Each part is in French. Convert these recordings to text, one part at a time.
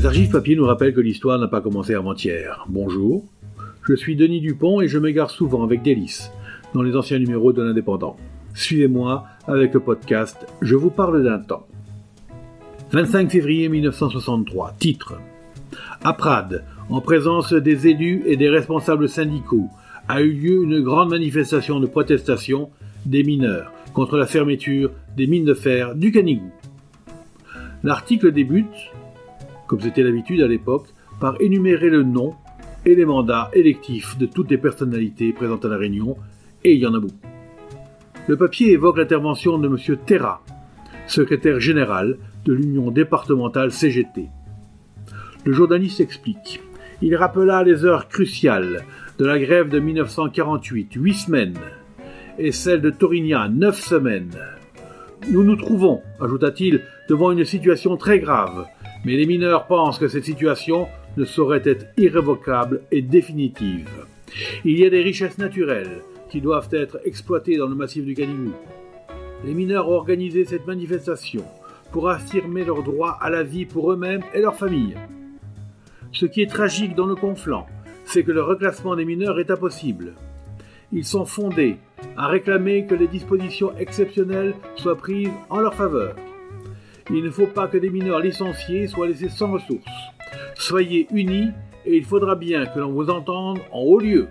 Les archives papier nous rappellent que l'histoire n'a pas commencé avant-hier. Bonjour, je suis Denis Dupont et je m'égare souvent avec délice dans les anciens numéros de l'Indépendant. Suivez-moi avec le podcast « Je vous parle d'un temps ». 25 février 1963, titre « À Prades, en présence des élus et des responsables syndicaux, a eu lieu une grande manifestation de protestation des mineurs contre la fermeture des mines de fer du Canigou. » L'article débute, comme c'était l'habitude à l'époque, par énumérer le nom et les mandats électifs de toutes les personnalités présentes à la réunion, et il y en a beaucoup. Le papier évoque l'intervention de M. Terra, secrétaire général de l'Union départementale CGT. Le journaliste explique. Il rappela les heures cruciales de la grève de 1948, 8 semaines, et celle de Torignan, 9 semaines. Nous nous trouvons, ajouta-t-il, devant une situation très grave, mais les mineurs pensent que cette situation ne saurait être irrévocable et définitive. Il y a des richesses naturelles qui doivent être exploitées dans le massif du Canigou. Les mineurs ont organisé cette manifestation pour affirmer leur droit à la vie pour eux-mêmes et leurs familles. Ce qui est tragique dans le conflant, c'est que le reclassement des mineurs est impossible. Ils sont fondés à réclamer que les dispositions exceptionnelles soient prises en leur faveur. Il ne faut pas que des mineurs licenciés soient laissés sans ressources. Soyez unis et il faudra bien que l'on vous entende en haut lieu.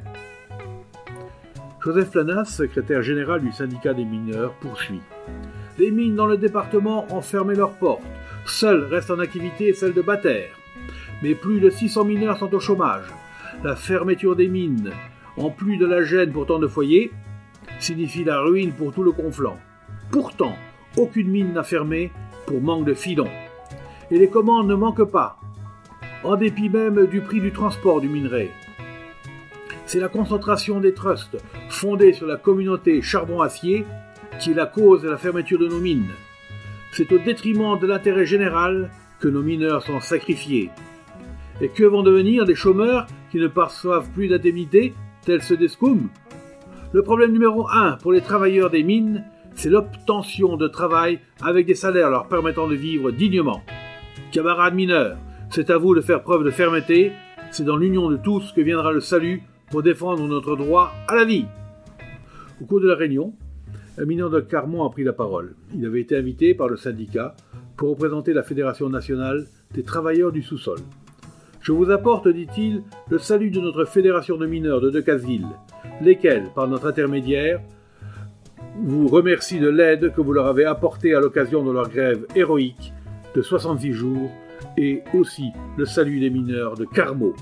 Joseph Planas, secrétaire général du syndicat des mineurs, poursuit. Les mines dans le département ont fermé leurs portes. Seules restent en activité celles de Bataire. Mais plus de 600 mineurs sont au chômage. La fermeture des mines, en plus de la gêne pour tant de foyers, signifie la ruine pour tout le conflant. Pourtant, aucune mine n'a fermé pour manque de filons. Et les commandes ne manquent pas, en dépit même du prix du transport du minerai. C'est la concentration des trusts fondés sur la communauté charbon-acier qui est la cause de la fermeture de nos mines. C'est au détriment de l'intérêt général que nos mineurs sont sacrifiés. Et que vont devenir des chômeurs qui ne perçoivent plus d'indemnité, tels ceux des SCOUM ? Le problème numéro 1 pour les travailleurs des mines, c'est l'obtention de travail avec des salaires leur permettant de vivre dignement. Camarades mineurs, c'est à vous de faire preuve de fermeté, c'est dans l'union de tous que viendra le salut pour défendre notre droit à la vie. Au cours de la réunion, un mineur de Carmont a pris la parole. Il avait été invité par le syndicat pour représenter la Fédération nationale des travailleurs du sous-sol. Je vous apporte, dit-il, le salut de notre fédération de mineurs de Decazeville, lesquels, par notre intermédiaire, vous remercient de l'aide que vous leur avez apportée à l'occasion de leur grève héroïque de 66 jours et aussi le salut des mineurs de Carmaux.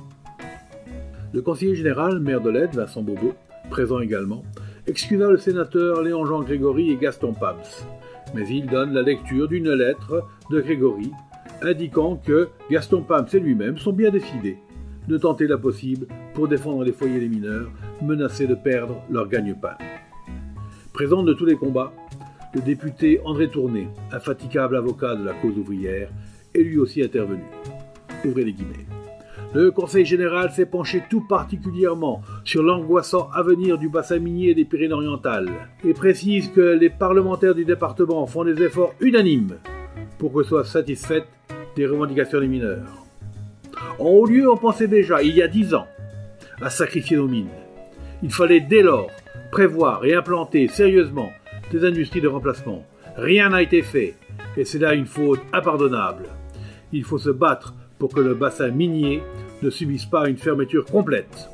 Le conseiller général, maire de l'Aide, Vincent Bobo, présent également, excusa le sénateur Léon-Jean Grégory et Gaston Pams, mais il donne la lecture d'une lettre de Grégory indiquant que Gaston Pams et lui-même sont bien décidés de tenter l'impossible pour défendre les foyers des mineurs menacés de perdre leur gagne-pain. Présent de tous les combats, le député André Tourné, infatigable avocat de la cause ouvrière, est lui aussi intervenu. Ouvrez les guillemets. Le Conseil général s'est penché tout particulièrement sur l'angoissant avenir du bassin minier des Pyrénées-Orientales et précise que les parlementaires du département font des efforts unanimes pour que soient satisfaites des revendications des mineurs. En haut lieu, on pensait déjà, il y a 10 ans, à sacrifier nos mines. Il fallait dès lors prévoir et implanter sérieusement des industries de remplacement. Rien n'a été fait, et c'est là une faute impardonnable. Il faut se battre pour que le bassin minier ne subisse pas une fermeture complète.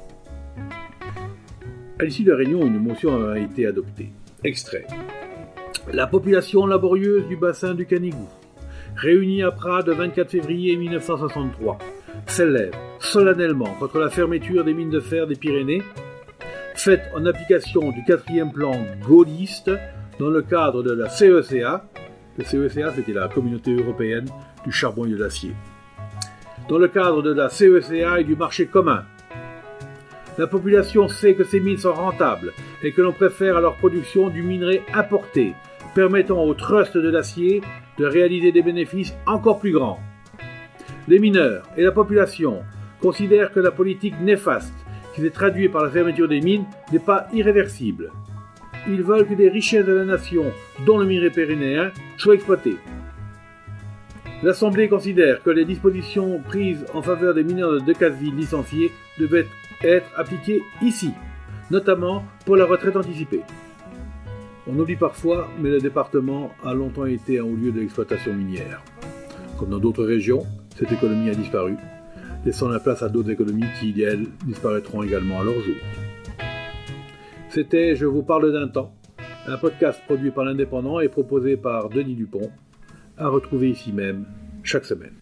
À l'issue de la réunion, une motion a été adoptée. Extrait. La population laborieuse du bassin du Canigou, réunie à Prades le 24 février 1963, s'élève solennellement contre la fermeture des mines de fer des Pyrénées, faite en application du 4e plan gaulliste dans le cadre de la CECA. Le CECA, c'était la Communauté européenne du charbon et de l'acier. Dans le cadre de la CECA et du marché commun. La population sait que ces mines sont rentables et que l'on préfère à leur production du minerai importé, permettant aux trusts de l'acier de réaliser des bénéfices encore plus grands. Les mineurs et la population considèrent que la politique néfaste qui s'est traduite par la fermeture des mines n'est pas irréversible. Ils veulent que les richesses de la nation, dont le minerai pyrénéen, soient exploitées. L'Assemblée considère que les dispositions prises en faveur des mineurs de Decazeville licenciés devaient être appliquées ici, notamment pour la retraite anticipée. On oublie parfois, mais le département a longtemps été un haut lieu de l'exploitation minière. Comme dans d'autres régions, cette économie a disparu, laissant la place à d'autres économies qui, elles, disparaîtront également à leur jour. C'était Je vous parle d'un temps, un podcast produit par l'Indépendant et proposé par Denis Dupont, à retrouver ici même chaque semaine.